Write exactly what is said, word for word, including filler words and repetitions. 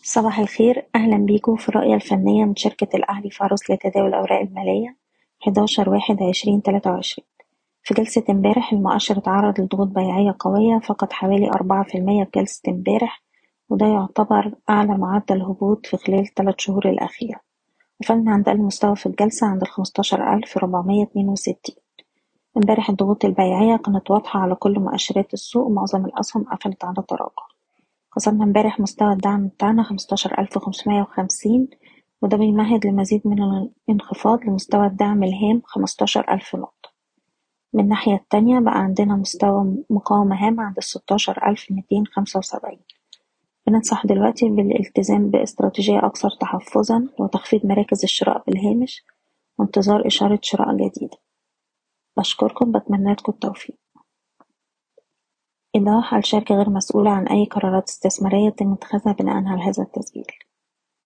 صباح الخير، أهلا بيكم في الرؤية الفنية من شركة الأهلي فاروس لتداول الأوراق المالية حداشر واحد عشرين تلاتة وعشرين. في جلسة امبارح المؤشر اتعرض لضغوط بيعية قوية، فقد حوالي أربعة في المية في جلسة امبارح، وده يعتبر أعلى معدل هبوط في خلال الثلاث شهور الأخيرة. وصلنا عند أقل مستوى في الجلسة عند الخمستاشر ألف ربعمية اتنين وستين. امبارح الضغوط البيعية كانت واضحة على كل مؤشرات السوق، ومعظم الأسهم قفلت على تراجع. كسرنا امبارح مستوى الدعم بتاعنا خمستاشر ألف خمسمية وخمسين، وده بيمهد لمزيد من الانخفاض لمستوى الدعم الهام خمستاشر ألف نقطة. من الناحية التانية بقى عندنا مستوى مقاومة هام عند الستاشر ألف ميتين خمسة وسبعين. بننصح دلوقتي بالالتزام باستراتيجية أكثر تحفظا وتخفيض مراكز الشراء بالهامش وانتظار إشارة شراء جديدة. بشكركم، بتمنى لكم التوفيق. إيضاح: الشركة غير مسؤولة عن أي قرارات استثمارية يتم اتخاذها بناءً على هذا التسجيل.